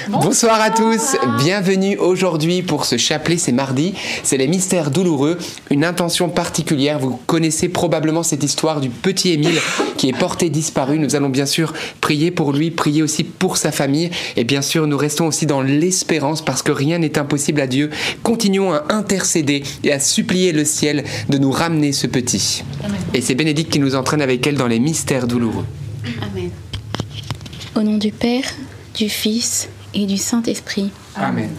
Bonsoir à tous, bienvenue aujourd'hui pour ce chapelet, c'est mardi, c'est les mystères douloureux, une intention particulière. Vous connaissez probablement cette histoire du petit Émile qui est porté disparu. Nous allons bien sûr prier pour lui, prier aussi pour sa famille et bien sûr nous restons aussi dans l'espérance parce que rien n'est impossible à Dieu. Continuons à intercéder et à supplier le ciel de nous ramener ce petit. Amen. Et c'est Bénédicte qui nous entraîne avec elle dans les mystères douloureux. Amen. Au nom du Père, du Fils et du Saint-Esprit. Amen.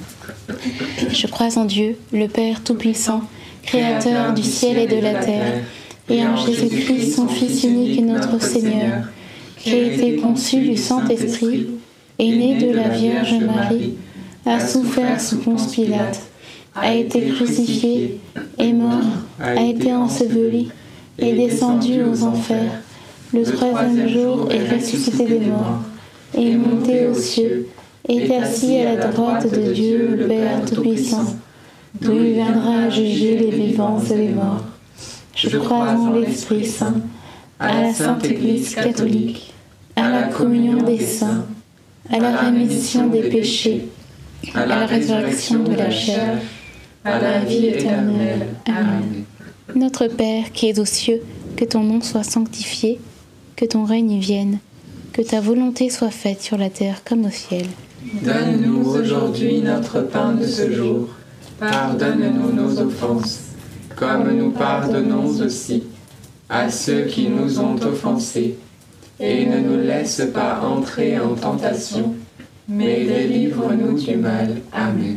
Je crois en Dieu, le Père Tout-Puissant, Créateur du ciel et de la terre, et en Jésus-Christ, son Fils unique et notre Seigneur, qui a été conçu du Saint-Esprit, est né de la Vierge Marie, a souffert sous Ponce Pilate, a été crucifié, est mort, a été enseveli, est descendu aux enfers, le troisième jour est ressuscité des morts, est monté aux cieux, est assis à la droite de Dieu le Père Tout-Puissant, d'où il viendra juger les vivants et les morts. Je crois en l'Esprit Saint, à la Sainte Église catholique, à la communion des saints, à la rémission des péchés, à la résurrection de la chair, à la vie éternelle. Amen. Notre Père qui es aux cieux, que ton nom soit sanctifié, que ton règne vienne, que ta volonté soit faite sur la terre comme au ciel. Donne-nous aujourd'hui notre pain de ce jour. Pardonne-nous nos offenses, comme nous pardonnons aussi à ceux qui nous ont offensés. Et ne nous laisse pas entrer en tentation, mais délivre-nous du mal. Amen.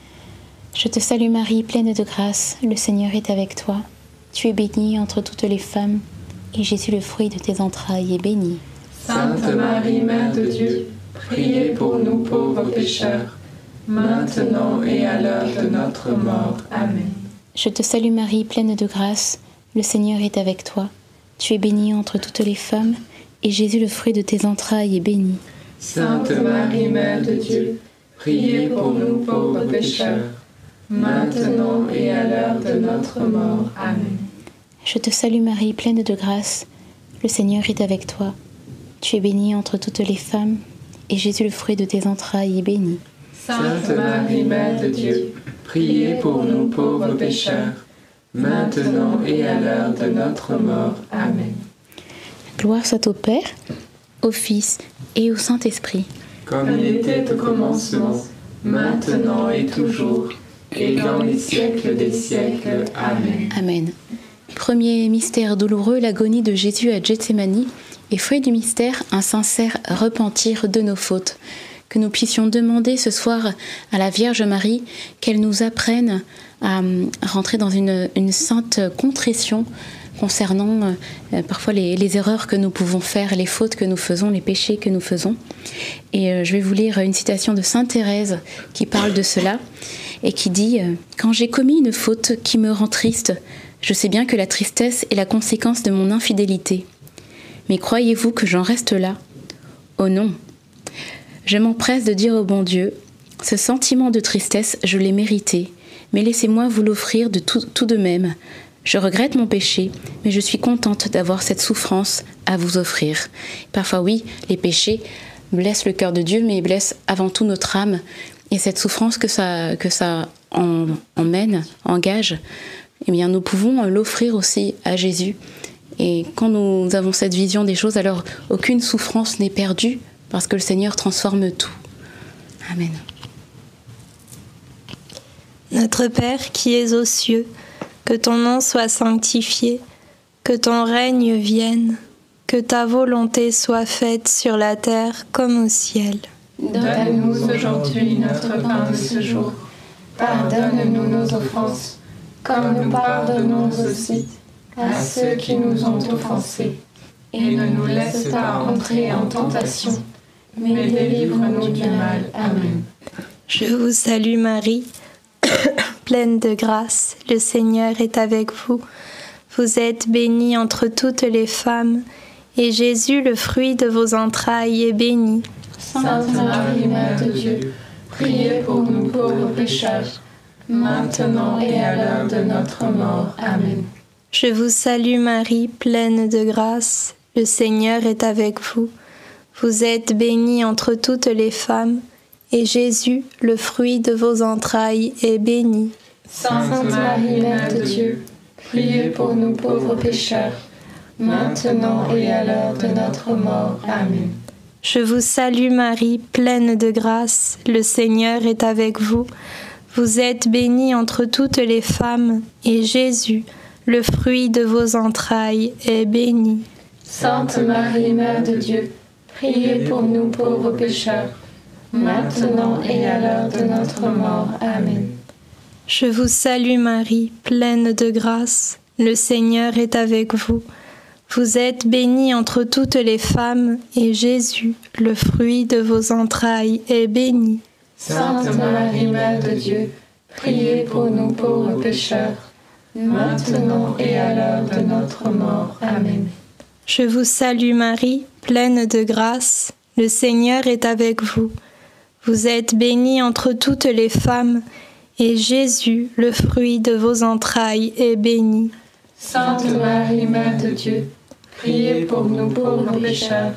Je te salue Marie, pleine de grâce, le Seigneur est avec toi. Tu es bénie entre toutes les femmes, et Jésus, le fruit de tes entrailles, est béni. Sainte Marie, Mère de Dieu, priez pour nous pauvres pécheurs, maintenant et à l'heure de notre mort. Amen. Je te salue Marie, pleine de grâce, le Seigneur est avec toi. Tu es bénie entre toutes les femmes, et Jésus, le fruit de tes entrailles, est béni. Sainte Marie, Mère de Dieu, priez pour nous pauvres pécheurs, maintenant et à l'heure de notre mort. Amen. Je te salue Marie, pleine de grâce, le Seigneur est avec toi. Tu es bénie entre toutes les femmes, et Jésus, le fruit de tes entrailles, est béni. Sainte Marie, Mère de Dieu, priez pour nous pauvres pécheurs, maintenant et à l'heure de notre mort. Amen. Gloire soit au Père, au Fils et au Saint-Esprit. Comme il était au commencement, maintenant et toujours, et dans les siècles des siècles. Amen. Amen. Premier mystère douloureux, l'agonie de Jésus à Gethsémani, et fruit du mystère, un sincère repentir de nos fautes. Que nous puissions demander ce soir à la Vierge Marie qu'elle nous apprenne à rentrer dans une sainte contrition concernant parfois les erreurs que nous pouvons faire, les fautes que nous faisons, les péchés que nous faisons. Et je vais vous lire une citation de Sainte Thérèse qui parle de cela et qui dit « Quand j'ai commis une faute qui me rend triste, je sais bien que la tristesse est la conséquence de mon infidélité. Mais croyez-vous que j'en reste là ? Oh non ! Je m'empresse de dire au bon Dieu, ce sentiment de tristesse, je l'ai mérité, mais laissez-moi vous l'offrir tout de même. Je regrette mon péché, mais je suis contente d'avoir cette souffrance à vous offrir. » Parfois oui, les péchés blessent le cœur de Dieu, mais ils blessent avant tout notre âme. Et cette souffrance que ça engage, eh bien, nous pouvons l'offrir aussi à Jésus. Et quand nous avons cette vision des choses, alors aucune souffrance n'est perdue, parce que le Seigneur transforme tout. Amen. Notre Père qui es aux cieux, que ton nom soit sanctifié, que ton règne vienne, que ta volonté soit faite sur la terre comme au ciel. Donne-nous aujourd'hui notre pain de ce jour. Pardonne-nous nos offenses, comme nous pardonnons aussi à ceux qui nous ont offensés. Et ne nous laisse pas entrer en tentation, mais délivre-nous du mal. Amen. Je vous salue Marie, pleine de grâce, le Seigneur est avec vous. Vous êtes bénie entre toutes les femmes, et Jésus, le fruit de vos entrailles, est béni. Sainte Marie, Mère de Dieu, priez pour nous pauvres pécheurs, maintenant et à l'heure de notre mort. Amen. Je vous salue Marie, pleine de grâce, le Seigneur est avec vous. Vous êtes bénie entre toutes les femmes, et Jésus, le fruit de vos entrailles, est béni. Sainte Marie, Mère de Dieu, priez pour nous pauvres pécheurs, maintenant et à l'heure de notre mort. Amen. Je vous salue Marie, pleine de grâce, le Seigneur est avec vous. Vous êtes bénie entre toutes les femmes, et Jésus, le fruit de vos entrailles, est béni. Sainte Marie, Mère de Dieu, priez pour nous pauvres pécheurs, maintenant et à l'heure de notre mort. Amen. Je vous salue Marie, pleine de grâce, le Seigneur est avec vous. Vous êtes bénie entre toutes les femmes, et Jésus, le fruit de vos entrailles, est béni. Sainte Marie, Mère de Dieu, priez pour nous pauvres pécheurs, maintenant et à l'heure de notre mort. Amen. Je vous salue Marie, pleine de grâce, le Seigneur est avec vous. Vous êtes bénie entre toutes les femmes, et Jésus, le fruit de vos entrailles, est béni. Sainte Marie, Mère de Dieu, priez pour nous pauvres pécheurs,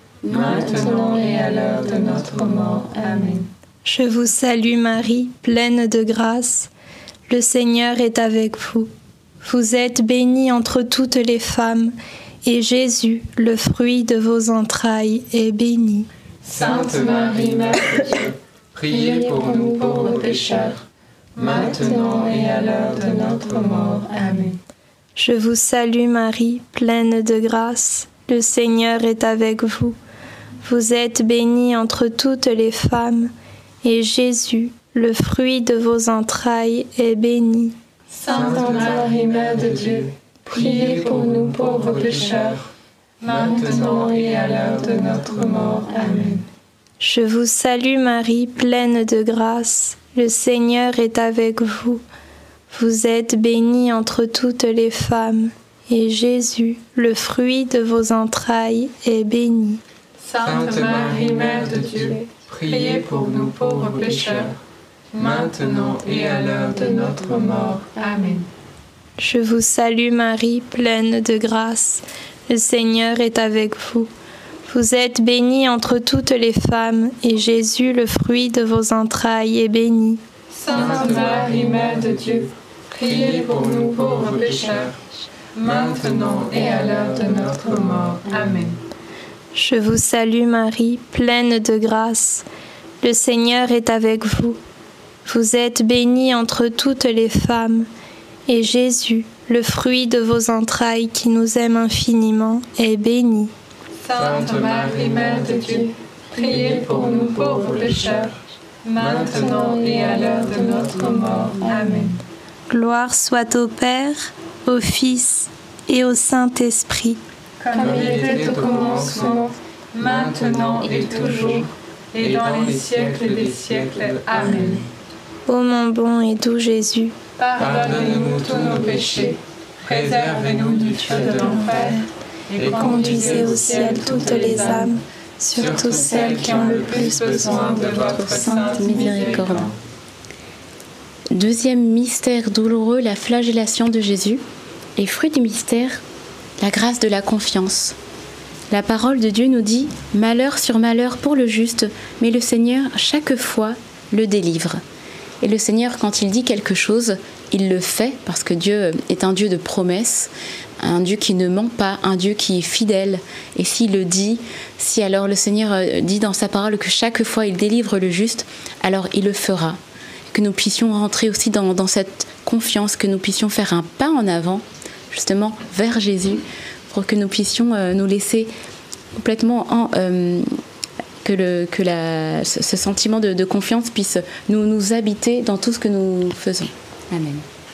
maintenant et à l'heure de notre mort. Amen. Je vous salue Marie, pleine de grâce, le Seigneur est avec vous. Vous êtes bénie entre toutes les femmes, et Jésus, le fruit de vos entrailles, est béni. Sainte Marie, Mère de Dieu, priez pour nous pauvres pécheurs, maintenant et à l'heure de notre mort. Amen. Je vous salue Marie, pleine de grâce, le Seigneur est avec vous. Vous êtes bénie entre toutes les femmes, et Jésus, le fruit de vos entrailles, est béni. Sainte Marie, Mère de Dieu, priez pour nous pauvres pécheurs, maintenant et à l'heure de notre mort. Amen. Je vous salue Marie, pleine de grâce, le Seigneur est avec vous. Vous êtes bénie entre toutes les femmes, et Jésus, le fruit de vos entrailles, est béni. Sainte Marie, Mère de Dieu, priez pour nous pauvres pécheurs, maintenant et à l'heure de notre mort. Amen. Je vous salue Marie, pleine de grâce, le Seigneur est avec vous. Vous êtes bénie entre toutes les femmes, et Jésus, le fruit de vos entrailles, est béni. Sainte Marie, Mère de Dieu, priez pour nous pauvres pécheurs, maintenant et à l'heure de notre mort. Amen. Je vous salue Marie, pleine de grâce, le Seigneur est avec vous. Vous êtes bénie entre toutes les femmes, et Jésus, le fruit de vos entrailles qui nous aime infiniment, est béni. Sainte Marie, Mère de Dieu, priez pour nous pauvres pécheurs, maintenant et à l'heure de notre mort. Amen. Gloire soit au Père, au Fils et au Saint-Esprit. Comme il était au commencement, maintenant et toujours, et dans les siècles des siècles. Amen. Ô mon bon et doux Jésus, pardonnez-nous tous nos péchés, préservez-nous du feu de l'enfer, et conduisez au ciel toutes les âmes, surtout celles qui ont le plus besoin de votre sainte miséricorde. Deuxième mystère douloureux, la flagellation de Jésus. Et fruit du mystère, la grâce de la confiance. La parole de Dieu nous dit « Malheur sur malheur pour le juste, mais le Seigneur, chaque fois, le délivre. » Et le Seigneur, quand il dit quelque chose, il le fait, parce que Dieu est un Dieu de promesses, un Dieu qui ne ment pas, un Dieu qui est fidèle. Et s'il le dit, si alors le Seigneur dit dans sa parole que chaque fois il délivre le juste, alors il le fera. Que nous puissions rentrer aussi dans cette confiance, que nous puissions faire un pas en avant, justement vers Jésus, pour que nous puissions nous laisser complètement ce sentiment de confiance puisse nous habiter dans tout ce que nous faisons. Amen.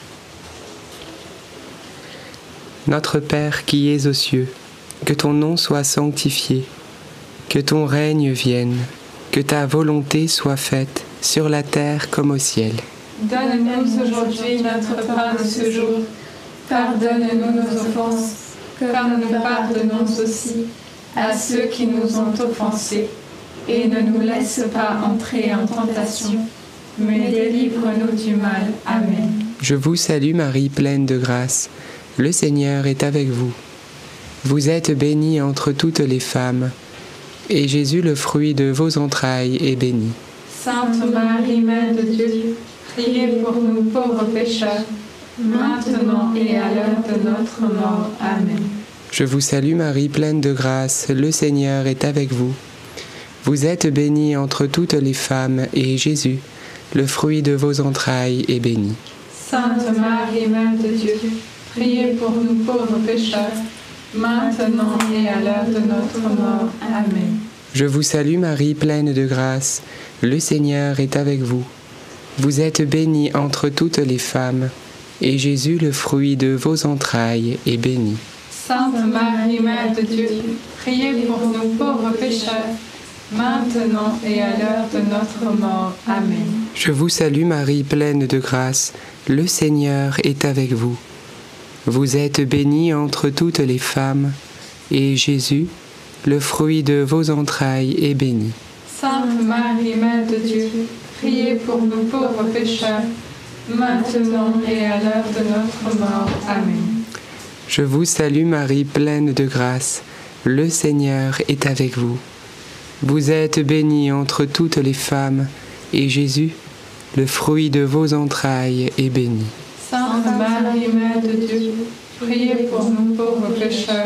Notre Père qui es aux cieux, que ton nom soit sanctifié, que ton règne vienne, que ta volonté soit faite sur la terre comme au ciel. Donne-nous aujourd'hui notre pain de ce jour. Pardonne-nous nos offenses, comme nous pardonnons aussi à ceux qui nous ont offensés. Et ne nous laisse pas entrer en tentation, mais délivre-nous du mal. Amen. Je vous salue Marie, pleine de grâce. Le Seigneur est avec vous. Vous êtes bénie entre toutes les femmes, et Jésus, le fruit de vos entrailles, est béni. Sainte Marie, Mère de Dieu, priez pour nous pauvres pécheurs, maintenant et à l'heure de notre mort. Amen. Je vous salue Marie, pleine de grâce, le Seigneur est avec vous. Vous êtes bénie entre toutes les femmes, et Jésus, le fruit de vos entrailles, est béni. Sainte Marie, Mère de Dieu, priez pour nous pauvres pécheurs, maintenant et à l'heure de notre mort. Amen. Je vous salue Marie, pleine de grâce, le Seigneur est avec vous. Vous êtes bénie entre toutes les femmes, et Jésus, le fruit de vos entrailles, est béni. Sainte Marie, Mère de Dieu, priez pour nous pauvres pécheurs, maintenant et à l'heure de notre mort. Amen. Je vous salue Marie, pleine de grâce, le Seigneur est avec vous. Vous êtes bénie entre toutes les femmes, et Jésus, le fruit de vos entrailles, est béni. Sainte Marie, Mère de Dieu, priez pour nous pauvres pécheurs, maintenant et à l'heure de notre mort. Amen. Je vous salue Marie, pleine de grâce, le Seigneur est avec vous. Vous êtes bénie entre toutes les femmes, et Jésus, le fruit de vos entrailles, est béni. Sainte Marie, Mère de Dieu, priez pour nous pauvres pécheurs,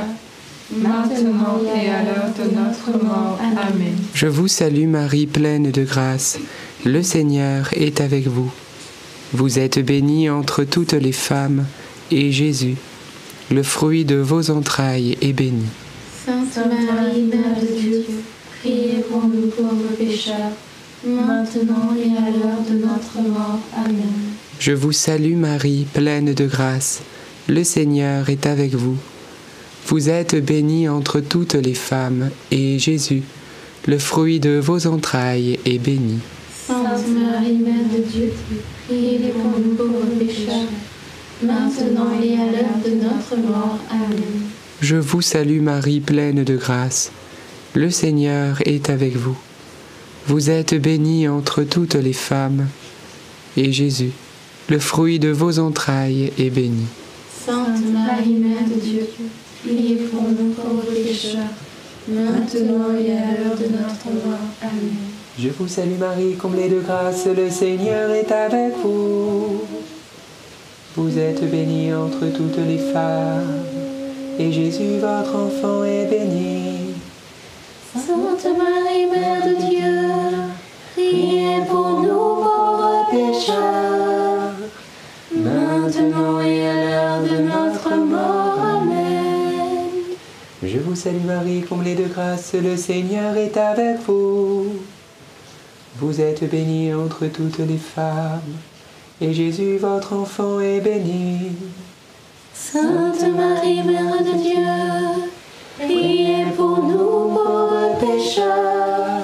maintenant et à l'heure de notre mort. Amen. Je vous salue Marie, pleine de grâce, le Seigneur est avec vous. Vous êtes bénie entre toutes les femmes, et Jésus, le fruit de vos entrailles, est béni. Sainte Marie, Mère de Dieu, priez pour nous pauvres pécheurs, maintenant et à l'heure de notre mort. Amen. Je vous salue Marie, pleine de grâce, le Seigneur est avec vous. Vous êtes bénie entre toutes les femmes, et Jésus, le fruit de vos entrailles, est béni. Sainte Marie, Mère de Dieu, priez pour nous pauvres pécheurs, maintenant et à l'heure de notre mort. Amen. Je vous salue Marie, pleine de grâce, le Seigneur est avec vous. Vous êtes bénie entre toutes les femmes, et Jésus, le fruit de vos entrailles, est béni. Sainte Marie, Mère de Dieu, priez pour nous pauvres pécheurs, maintenant et à l'heure de notre mort. Amen. Je vous salue Marie, comblée de grâce, le Seigneur est avec vous. Vous êtes bénie entre toutes les femmes, et Jésus, votre enfant, est béni. Sainte Marie, Mère de Dieu, priez pour nous pauvres pécheurs, maintenant et à l'heure de notre mort. Amen. Je vous salue Marie, comblée de grâce, le Seigneur est avec vous. Vous êtes bénie entre toutes les femmes, et Jésus, votre enfant, est béni. Sainte Marie, Mère de Dieu, priez pour nous pauvres pécheurs,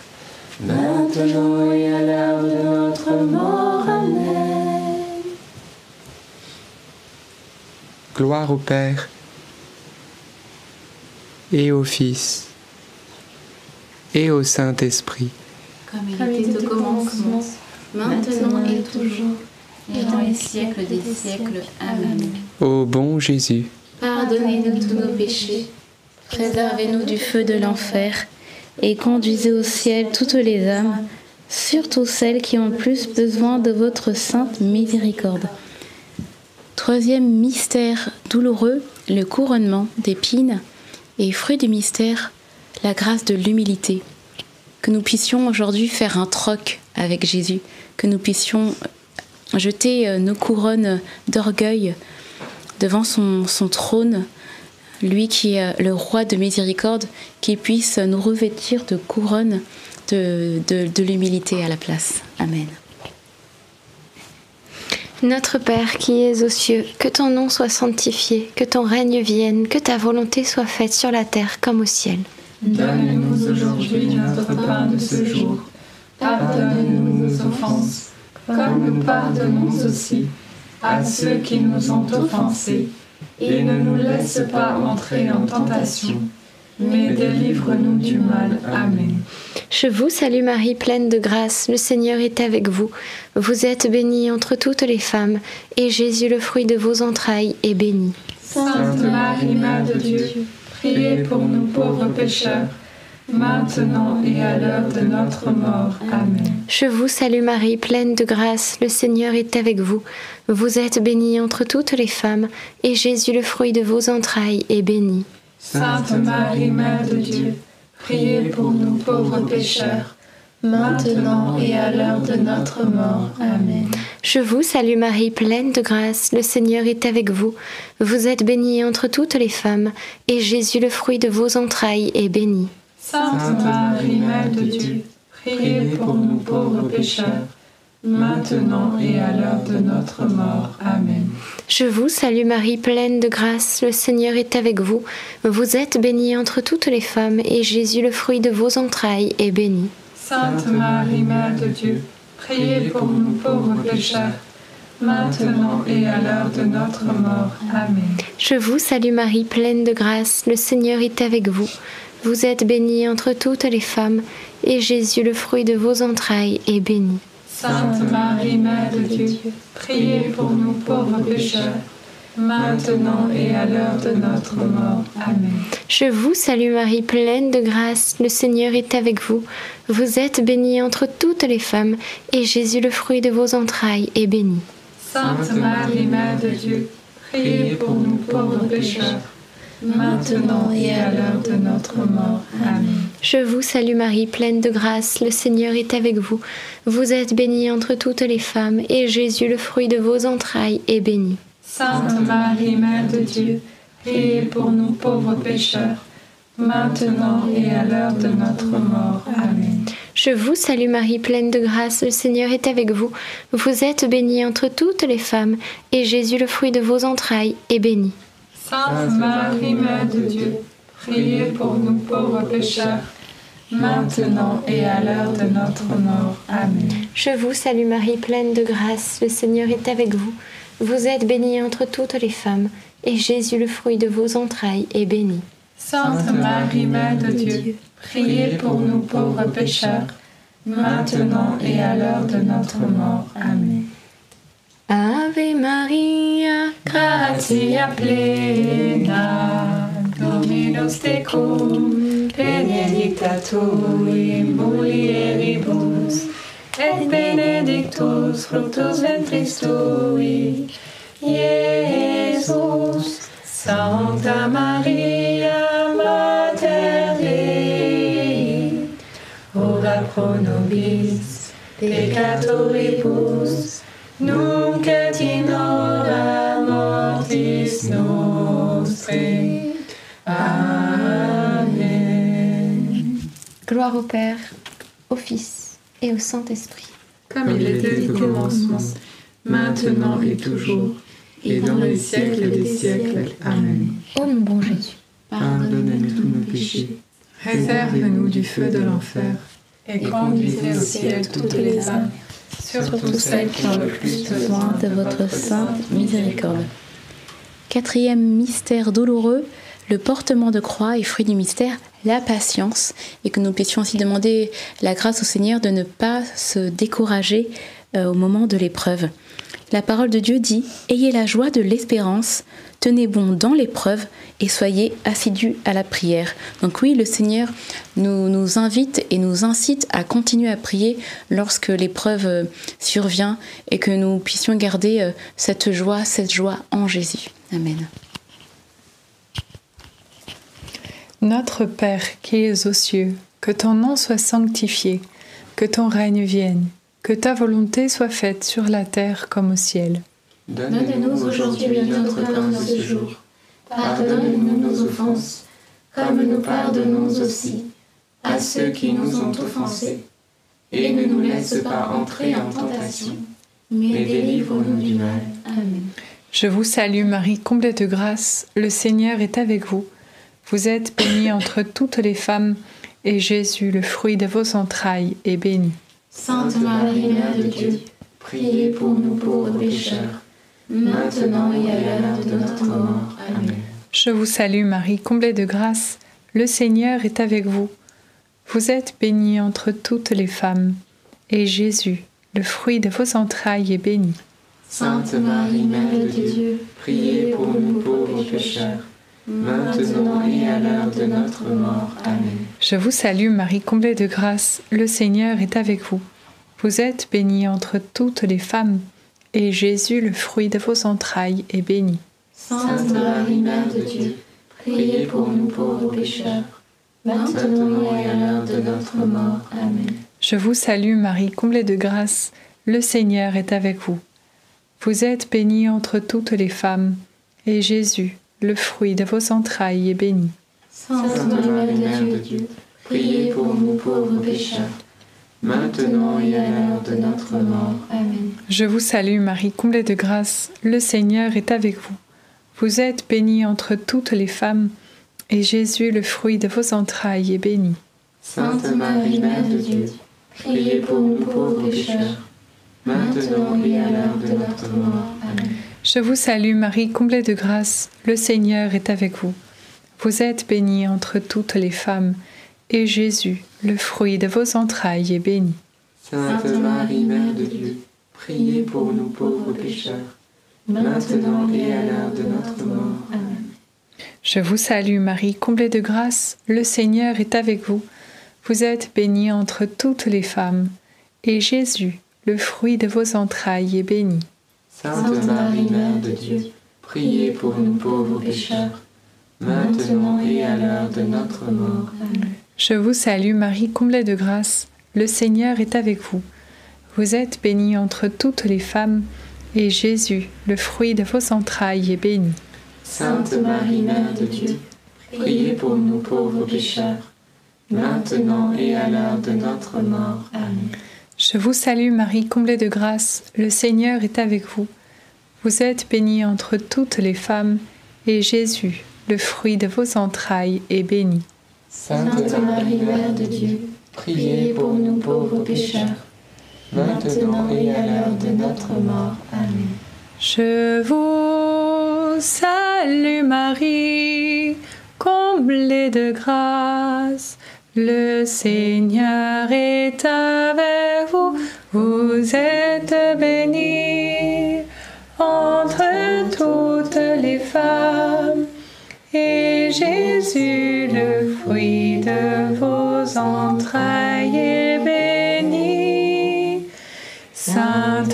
maintenant et à l'heure de notre mort. Amen. Gloire au Père et au Fils et au Saint-Esprit. Comme il était au commencement, maintenant et toujours, et dans les siècles des siècles. Amen. Ô bon Jésus, Pardonnez-nous tous nos péchés, préservez-nous du feu de l'enfer, et conduisez au ciel toutes les âmes, surtout celles qui ont le plus besoin de votre sainte miséricorde. Troisième mystère douloureux, le couronnement d'épines, et fruit du mystère, la grâce de l'humilité. Que nous puissions aujourd'hui faire un troc avec Jésus, que nous puissions jeter nos couronnes d'orgueil devant son trône, lui qui est le roi de miséricorde, qui puisse nous revêtir de couronnes de l'humilité à la place. Amen. Notre Père qui es aux cieux, que ton nom soit sanctifié, que ton règne vienne, que ta volonté soit faite sur la terre comme au ciel. Donne-nous aujourd'hui notre pain de ce jour. Pardonne-nous nos offenses, comme nous pardonnons aussi à ceux qui nous ont offensés. Et ne nous laisse pas entrer en tentation, mais délivre-nous du mal. Amen. Je vous salue Marie, pleine de grâce, le Seigneur est avec vous. Vous êtes bénie entre toutes les femmes, et Jésus, le fruit de vos entrailles, est béni. Sainte Marie, Mère de Dieu, priez pour nous pauvres pécheurs, maintenant et à l'heure de notre mort. Amen. Je vous salue Marie, pleine de grâce, le Seigneur est avec vous. Vous êtes bénie entre toutes les femmes, et Jésus, le fruit de vos entrailles, est béni. Sainte Marie, Mère de Dieu, priez pour nous pauvres pécheurs, maintenant et à l'heure de notre mort. Amen. Je vous salue Marie, pleine de grâce, le Seigneur est avec vous. Vous êtes bénie entre toutes les femmes, et Jésus, le fruit de vos entrailles, est béni. Sainte Marie, Mère de Dieu, priez pour nous pauvres pécheurs, maintenant et à l'heure de notre mort. Amen. Je vous salue Marie, pleine de grâce, le Seigneur est avec vous. Vous êtes bénie entre toutes les femmes, et Jésus, le fruit de vos entrailles, est béni. Sainte Marie, Mère de Dieu, priez pour nous pauvres pécheurs, maintenant et à l'heure de notre mort. Amen. Je vous salue Marie, pleine de grâce, le Seigneur est avec vous. Vous êtes bénie entre toutes les femmes, et Jésus, le fruit de vos entrailles, est béni. Sainte Marie, Mère de Dieu, priez pour nous pauvres pécheurs, maintenant et à l'heure de notre mort. Amen. Je vous salue Marie, pleine de grâce, le Seigneur est avec vous. Vous êtes bénie entre toutes les femmes, et Jésus, le fruit de vos entrailles, est béni. Sainte Marie, Mère de Dieu, priez pour nous pauvres pécheurs, maintenant et à l'heure de notre mort. Amen. Je vous salue Marie, pleine de grâce, le Seigneur est avec vous. Vous êtes bénie entre toutes les femmes, et Jésus, le fruit de vos entrailles, est béni. Sainte Marie, Mère de Dieu, priez pour nous pauvres pécheurs, maintenant et à l'heure de notre mort. Amen. Je vous salue Marie, pleine de grâce, le Seigneur est avec vous. Vous êtes bénie entre toutes les femmes, et Jésus, le fruit de vos entrailles, est béni. Sainte Marie, Mère de Dieu, priez pour nous pauvres pécheurs, maintenant et à l'heure de notre mort. Amen. Je vous salue Marie, pleine de grâce, le Seigneur est avec vous. Vous êtes bénie entre toutes les femmes, et Jésus, le fruit de vos entrailles, est béni. Sainte Marie, Mère de Dieu, priez pour nous pauvres pécheurs, maintenant et à l'heure de notre mort. Amen. Ave Maria, Gratia plena, Dominus tecum, benedicta tu in mulieribus, et benedictus fructus ventris tui, Iesus. Sancta Maria, Mater Dei, ora pro nobis peccatoribus, nunc et in hora mortis nostre. Amen. gloire au Père, au Fils et au Saint-Esprit. Comme il était au commencement, maintenant et toujours, et dans les siècles des siècles. Amen. Ô mon bon Jésus, Pardonne-nous tous nos péchés, réserve-nous du feu de l'enfer, et conduisez au ciel toutes les âmes, surtout celles qui ont le plus besoin de votre sainte miséricorde. 4e mystère douloureux, le portement de croix et fruit du mystère, la patience, et que nous puissions aussi demander la grâce au Seigneur de ne pas se décourager au moment de l'épreuve. La parole de Dieu dit « Ayez la joie de l'espérance, tenez bon dans l'épreuve et soyez assidus à la prière. » Donc oui, le Seigneur nous invite et nous incite à continuer à prier lorsque l'épreuve survient et que nous puissions garder cette joie en Jésus. Amen. Notre Père qui es aux cieux, que ton nom soit sanctifié, que ton règne vienne. Que ta volonté soit faite sur la terre comme au ciel. Donne-nous aujourd'hui notre pain de ce jour. Pardonne-nous nos offenses, comme nous pardonnons aussi à ceux qui nous ont offensés. Et ne nous laisse pas entrer en tentation, mais délivre-nous du mal. Amen. Je vous salue Marie, comblée de grâce, le Seigneur est avec vous. Vous êtes bénie entre toutes les femmes, et Jésus, le fruit de vos entrailles, est béni. Sainte Marie, Mère de Dieu, priez pour nous pauvres pécheurs, maintenant et à l'heure de notre mort. Amen. Je vous salue Marie, comblée de grâce, le Seigneur est avec vous. Vous êtes bénie entre toutes les femmes, et Jésus, le fruit de vos entrailles, est béni. Sainte Marie, Mère de Dieu, priez pour nous pauvres pécheurs, maintenant et à l'heure de notre mort. Amen. Je vous salue Marie, comblée de grâce, le Seigneur est avec vous. Vous êtes bénie entre toutes les femmes, et Jésus, le fruit de vos entrailles, est béni. Sainte Marie, Mère de Dieu, priez pour nous pauvres pécheurs, maintenant et à l'heure de notre mort. Amen. Je vous salue Marie, comblée de grâce, le Seigneur est avec vous. Vous êtes bénie entre toutes les femmes, et Jésus, le fruit de vos entrailles, est béni. Sainte Marie, Mère de Dieu, priez pour nous pauvres pécheurs, maintenant et à l'heure de notre mort. Amen. Je vous salue Marie, comblée de grâce, le Seigneur est avec vous. Vous êtes bénie entre toutes les femmes, et Jésus, le fruit de vos entrailles, est béni. Sainte Marie, Mère de Dieu, priez pour nous pauvres pécheurs, maintenant et à l'heure de notre mort. Amen. Je vous salue Marie, comblée de grâce, le Seigneur est avec vous. Vous êtes bénie entre toutes les femmes, et Jésus, le fruit de vos entrailles, est béni. Sainte Marie, Mère de Dieu, priez pour nous pauvres pécheurs, maintenant et à l'heure de notre mort. Amen. Je vous salue Marie, comblée de grâce, le Seigneur est avec vous. Vous êtes bénie entre toutes les femmes, et Jésus, le fruit de vos entrailles, est béni. Sainte Marie, Mère de Dieu, priez pour nous pauvres pécheurs, maintenant et à l'heure de notre mort. Amen. Je vous salue Marie, comblée de grâce, le Seigneur est avec vous. Vous êtes bénie entre toutes les femmes, et Jésus, le fruit de vos entrailles, est béni. Sainte Marie, Mère de Dieu, priez pour nous pauvres pécheurs, maintenant et à l'heure de notre mort. Amen. Je vous salue Marie, comblée de grâce, le Seigneur est avec vous. Vous êtes bénie entre toutes les femmes, et Jésus, le fruit de vos entrailles, est béni. Sainte Marie, Mère de Dieu, priez pour nous pauvres pécheurs, maintenant et à l'heure de notre mort. Amen. Je vous salue Marie, comblée de grâce, le Seigneur est avec vous. Vous êtes bénie entre toutes les femmes, et Jésus, le fruit de vos entrailles, est béni. Sainte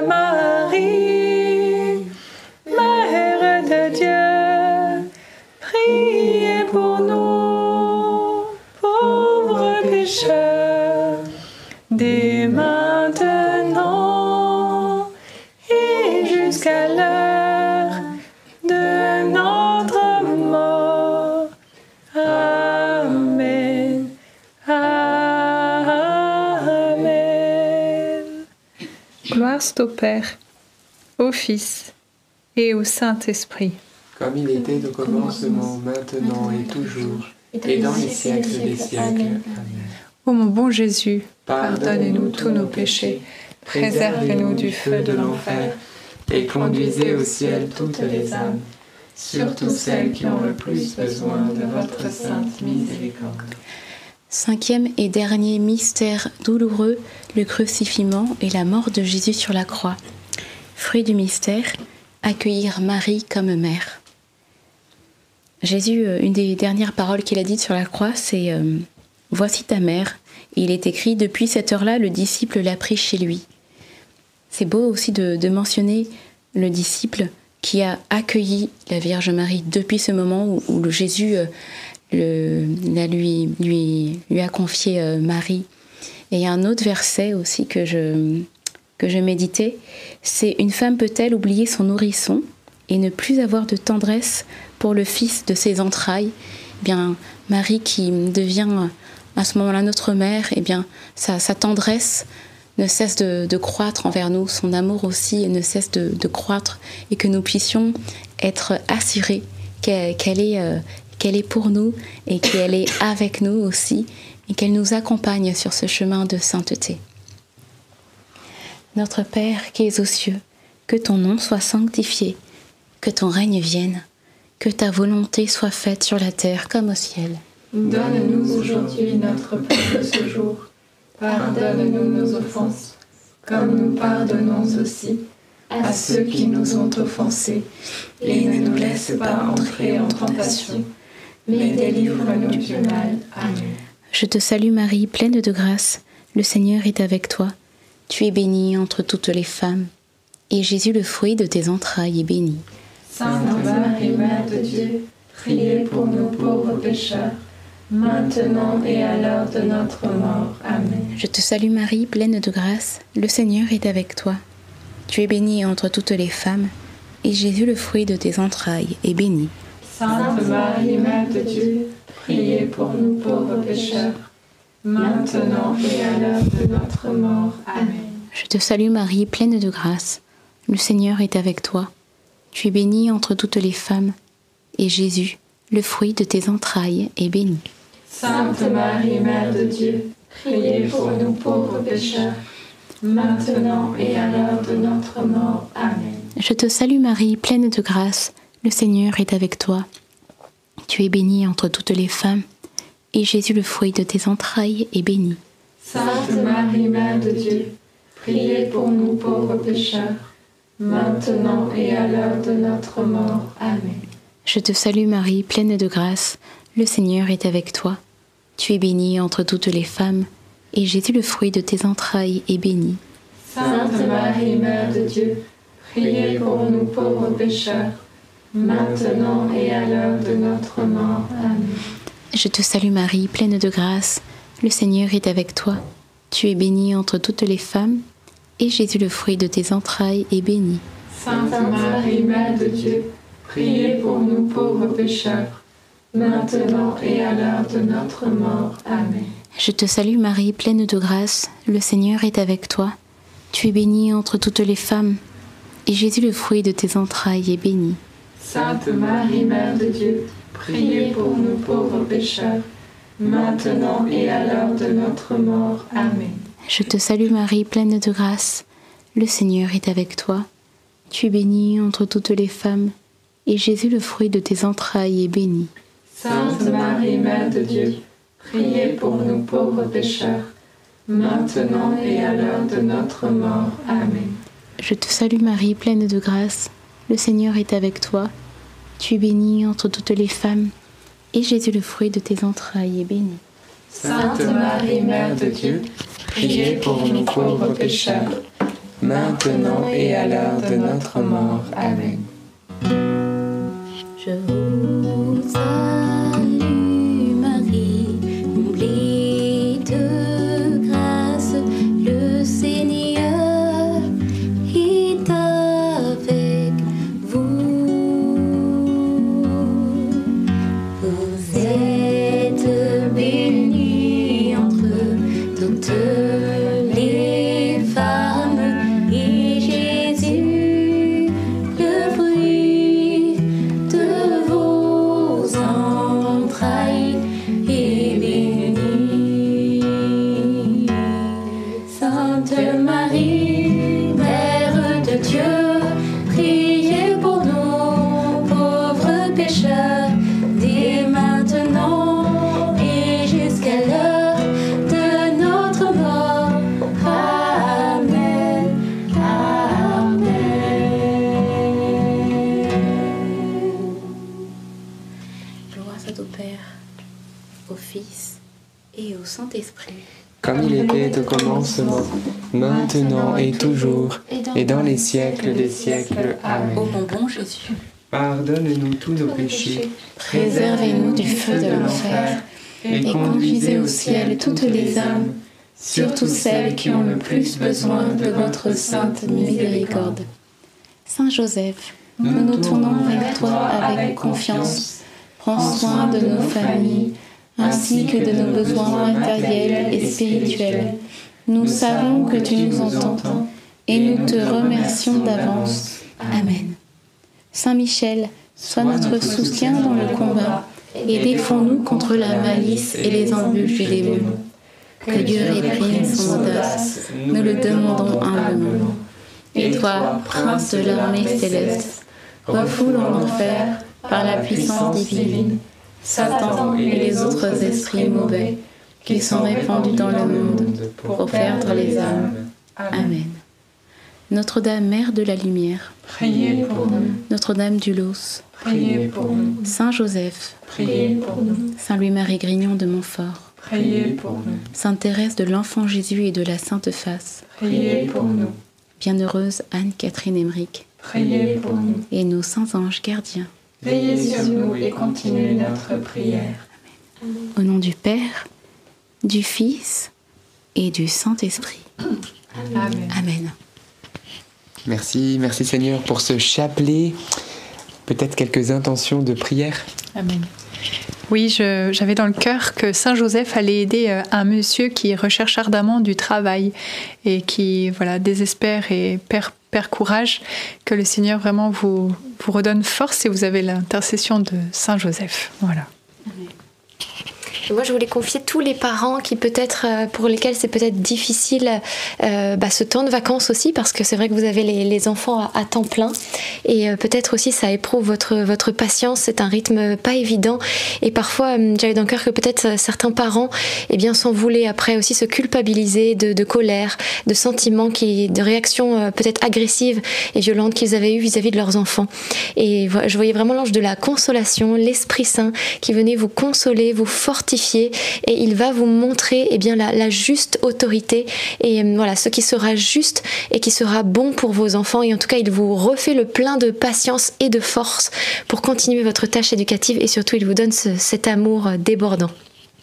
Marie, Mère de Dieu, priez pour nous, pauvres pécheurs, dès maintenant et jusqu'à l'heure de notre mort. Amen. Amen. Gloire soit au Père, au Fils et au Saint-Esprit. Comme il était au commencement, maintenant et toujours, et dans les siècles des siècles. Amen. Ô mon bon Jésus, pardonne-nous tous nos péchés, préservez-nous du feu de l'enfer, et conduisez au ciel toutes les âmes, surtout celles qui ont le plus besoin de votre sainte miséricorde. 5e et dernier mystère douloureux, le crucifixion et la mort de Jésus sur la croix. Fruit du mystère, accueillir Marie comme mère. Jésus, une des dernières paroles qu'il a dites sur la croix, c'est « Voici ta mère ». Et il est écrit « Depuis cette heure-là, le disciple l'a pris chez lui ». C'est beau aussi de mentionner le disciple qui a accueilli la Vierge Marie depuis ce moment où Jésus lui a confié Marie. Et il y a un autre verset aussi que je méditais, c'est « Une femme peut-elle oublier son nourrisson et ne plus avoir de tendresse pour le fils de ses entrailles ?» Eh bien, Marie qui devient à ce moment-là notre mère, eh bien, sa tendresse ne cesse de croître envers nous, son amour aussi ne cesse de croître, et que nous puissions être assurés qu'elle est pour nous et qu'elle est avec nous aussi, et qu'elle nous accompagne sur ce chemin de sainteté. Notre Père qui es aux cieux, que ton nom soit sanctifié, que ton règne vienne, que ta volonté soit faite sur la terre comme au ciel. Donne-nous aujourd'hui notre pain de ce jour. Pardonne-nous nos offenses, comme nous pardonnons aussi à ceux qui nous ont offensés, et ne nous laisse pas entrer en tentation, mais délivre-nous du mal. Amen. Je te salue Marie, pleine de grâce, le Seigneur est avec toi. Tu es bénie entre toutes les femmes, et Jésus, le fruit de tes entrailles, est béni. Sainte Marie, Mère de Dieu, priez pour nous pauvres pécheurs, maintenant et à l'heure de notre mort. Amen. Je te salue Marie, pleine de grâce, le Seigneur est avec toi. Tu es bénie entre toutes les femmes, et Jésus, le fruit de tes entrailles, est béni. Sainte Marie, Mère de Dieu, priez pour nous pauvres pécheurs, maintenant et à l'heure de notre mort. Amen. Je te salue Marie, pleine de grâce, le Seigneur est avec toi. Tu es bénie entre toutes les femmes, et Jésus, le fruit de tes entrailles, est béni. Sainte Marie, Mère de Dieu, priez pour nous pauvres pécheurs, maintenant et à l'heure de notre mort. Amen. Je te salue Marie, pleine de grâce, le Seigneur est avec toi. Tu es bénie entre toutes les femmes, et Jésus, le fruit de tes entrailles, est béni. Sainte Marie, Mère de Dieu, priez pour nous pauvres pécheurs, maintenant et à l'heure de notre mort. Amen. Je te salue Marie, pleine de grâce, le Seigneur est avec toi. Tu es bénie entre toutes les femmes, et Jésus, le fruit de tes entrailles, est béni. Sainte Marie, Mère de Dieu, priez pour nous pauvres pécheurs, maintenant et à l'heure de notre mort. Amen. Je te salue Marie, pleine de grâce, le Seigneur est avec toi. Tu es bénie entre toutes les femmes, et Jésus, le fruit de tes entrailles, est béni. Sainte Marie, Mère de Dieu, priez pour nous pauvres pécheurs, maintenant et à l'heure de notre mort. Amen. Je te salue Marie, pleine de grâce, le Seigneur est avec toi. Tu es bénie entre toutes les femmes, et Jésus, le fruit de tes entrailles, est béni. Sainte Marie, Mère de Dieu, priez pour nous pauvres pécheurs, maintenant et à l'heure de notre mort. Amen. Je te salue Marie, pleine de grâce, le Seigneur est avec toi. Tu es bénie entre toutes les femmes, et Jésus, le fruit de tes entrailles, est béni. Sainte Marie, Mère de Dieu, priez pour nous pauvres pécheurs, maintenant et à l'heure de notre mort. Amen. Je te salue Marie, pleine de grâce, le Seigneur est avec toi. Tu es bénie entre toutes les femmes, et Jésus, le fruit de tes entrailles, est béni. Sainte Marie, Mère de Dieu, priez pour nous pauvres pécheurs, maintenant et à l'heure de notre mort. Amen. Je vous salue Marie, comblée de grâce, le Seigneur est avec vous. Vous êtes bénie entre toutes les femmes, et Jésus, le fruit de vos entrailles, est béni. Sainte Marie, Mère de Dieu, priez pour nous pauvres pécheurs, dès maintenant et jusqu'à l'heure de notre mort. Amen. Amen. Gloire soit au Père, au Fils et au Saint-Esprit. Comme il était au commencement, maintenant et toujours, et dans les siècles des siècles. Amen. Ô mon bon Jésus, Pardonne-nous tous nos péchés, préservez-nous du feu de l'enfer et conduisez au ciel toutes les âmes, surtout celles qui ont le plus besoin de votre sainte miséricorde. Saint Joseph, nous nous tournons vers toi avec confiance. Prends soin de nos familles, ainsi que de nos besoins matériels et spirituels. Nous savons que tu nous entends et nous te remercions d'avance. Amen. Saint Michel, sois notre soutien dans le combat et défends-nous contre la malice et les embûches du démon. Que Dieu réprime son audace, nous le demandons humblement. Et toi, prince de l'armée céleste, refoule en enfer, par la puissance divine, Satan et les autres esprits mauvais qui sont répandus dans le monde pour perdre les âmes. Amen. Notre-Dame, Mère de la Lumière, Priez pour nous. Notre-Dame du Los, Priez pour nous. Saint Joseph, Priez pour nous. Saint Louis-Marie Grignon de Montfort, Priez pour nous. Sainte Thérèse de l'Enfant Jésus et de la Sainte Face, Priez pour nous. Bienheureuse Anne-Catherine Emmerich, Priez pour nous. et nos saints anges gardiens. Veillez sur nous et continuez notre prière. Au nom du Père, du Fils et du Saint-Esprit. Amen. Amen. Merci Seigneur pour ce chapelet. Peut-être quelques intentions de prière. Amen. Oui, j'avais dans le cœur que Saint Joseph allait aider un monsieur qui recherche ardemment du travail et qui désespère et perd courage, que le Seigneur vraiment vous redonne force et vous avez l'intercession de Saint Joseph. Voilà. Et moi, je voulais confier tous les parents qui peut-être, pour lesquels c'est peut-être difficile ce temps de vacances aussi, parce que c'est vrai que vous avez les enfants à temps plein et peut-être aussi ça éprouve votre patience. C'est un rythme pas évident et parfois j'avais dans le cœur que peut-être certains parents s'en voulaient après aussi se culpabiliser de colère, de sentiments, de réactions peut-être agressives et violentes qu'ils avaient eues vis-à-vis de leurs enfants. Et je voyais vraiment l'ange de la consolation, l'Esprit Saint qui venait vous consoler, vous fortifier, et il va vous montrer la juste autorité et ce qui sera juste et qui sera bon pour vos enfants. Et en tout cas, il vous refait le plein de patience et de force pour continuer votre tâche éducative et surtout, il vous donne cet amour débordant.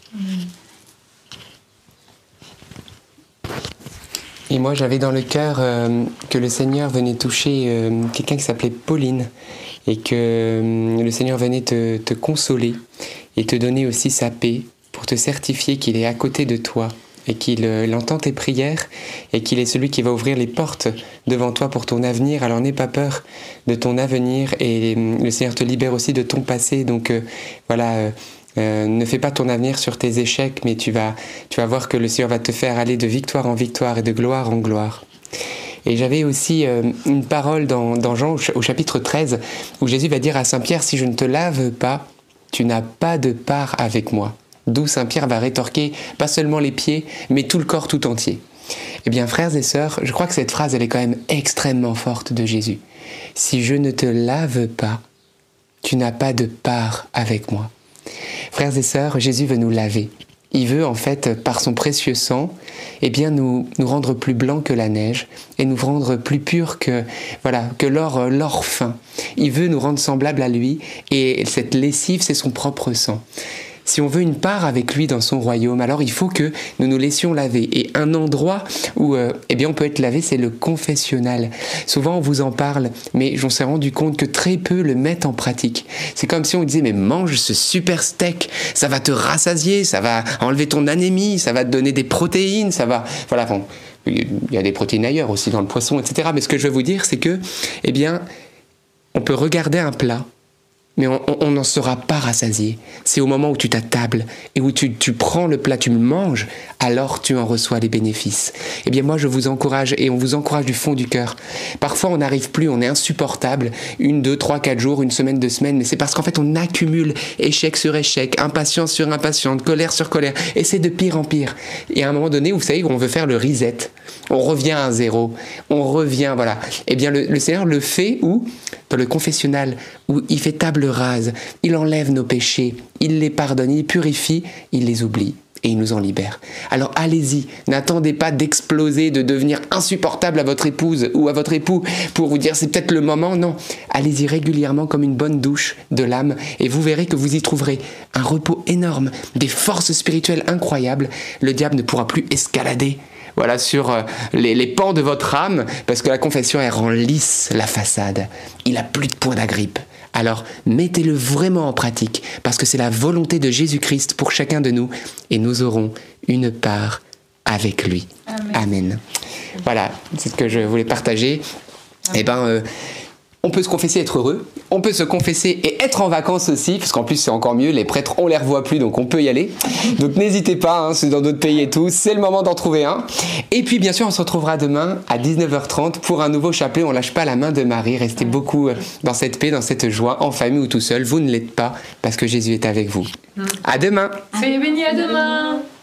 Et moi, j'avais dans le cœur que le Seigneur venait toucher quelqu'un qui s'appelait Pauline et que le Seigneur venait te consoler et te donner aussi sa paix pour te certifier qu'il est à côté de toi et qu'il entend tes prières et qu'il est celui qui va ouvrir les portes devant toi pour ton avenir. Alors n'aie pas peur de ton avenir et le Seigneur te libère aussi de ton passé. Donc ne fais pas ton avenir sur tes échecs, mais tu vas voir que le Seigneur va te faire aller de victoire en victoire et de gloire en gloire. Et j'avais aussi une parole dans Jean au chapitre 13 où Jésus va dire à Saint Pierre « Si je ne te lave pas, tu n'as pas de part avec moi ». D'où Saint Pierre va rétorquer pas seulement les pieds, mais tout le corps tout entier. Eh bien, frères et sœurs, je crois que cette phrase, elle est quand même extrêmement forte de Jésus. « Si je ne te lave pas, tu n'as pas de part avec moi ». Frères et sœurs, Jésus veut nous laver. Il veut en fait, par son précieux sang, nous rendre plus blancs que la neige et nous rendre plus purs que l'or fin. Il veut nous rendre semblables à lui et cette lessive, c'est son propre sang. Si on veut une part avec lui dans son royaume, alors il faut que nous nous laissions laver. Et un endroit où on peut être lavé, c'est le confessionnal. Souvent on vous en parle, mais j'en s'est rendu compte que très peu le mettent en pratique. C'est comme si on disait, mais mange ce super steak, ça va te rassasier, ça va enlever ton anémie, ça va te donner des protéines, ça va... Voilà, bon, il y a des protéines ailleurs aussi dans le poisson, etc. Mais ce que je veux vous dire, c'est que, on peut regarder un plat, mais on n'en sera pas rassasié. C'est au moment où tu t'attables et où tu prends le plat, tu le manges, alors tu en reçois les bénéfices. Eh bien moi je vous encourage et on vous encourage du fond du cœur. Parfois on n'arrive plus, on est insupportable, 1, 2, 3, 4 jours, une semaine, 2 semaines, mais c'est parce qu'en fait on accumule échec sur échec, impatience sur impatience, colère sur colère, et c'est de pire en pire. Et à un moment donné, vous savez, on veut faire le reset, on revient à zéro, on revient, voilà. Eh bien le Seigneur le fait où ? Dans le confessionnal, où il fait table rase, il enlève nos péchés, il les pardonne, il purifie, il les oublie et il nous en libère. Alors allez-y, n'attendez pas d'exploser, de devenir insupportable à votre épouse ou à votre époux pour vous dire c'est peut-être le moment, non. Allez-y régulièrement comme une bonne douche de l'âme et vous verrez que vous y trouverez un repos énorme, des forces spirituelles incroyables. Le diable ne pourra plus escalader sur les pans de votre âme, parce que la confession, elle rend lisse la façade. Il n'a plus de point d'agrippe. Alors, mettez-le vraiment en pratique, parce que c'est la volonté de Jésus-Christ pour chacun de nous, et nous aurons une part avec lui. Amen. Voilà, c'est ce que je voulais partager. On peut se confesser être heureux, on peut se confesser et être en vacances aussi, parce qu'en plus c'est encore mieux, les prêtres on les revoit plus donc on peut y aller. Donc n'hésitez pas, c'est dans d'autres pays et tout, c'est le moment d'en trouver un. Et puis bien sûr on se retrouvera demain à 19h30 pour un nouveau chapelet, on lâche pas la main de Marie, restez beaucoup dans cette paix, dans cette joie, en famille ou tout seul, vous ne l'êtes pas parce que Jésus est avec vous. À demain. Soyez bénis, à demain.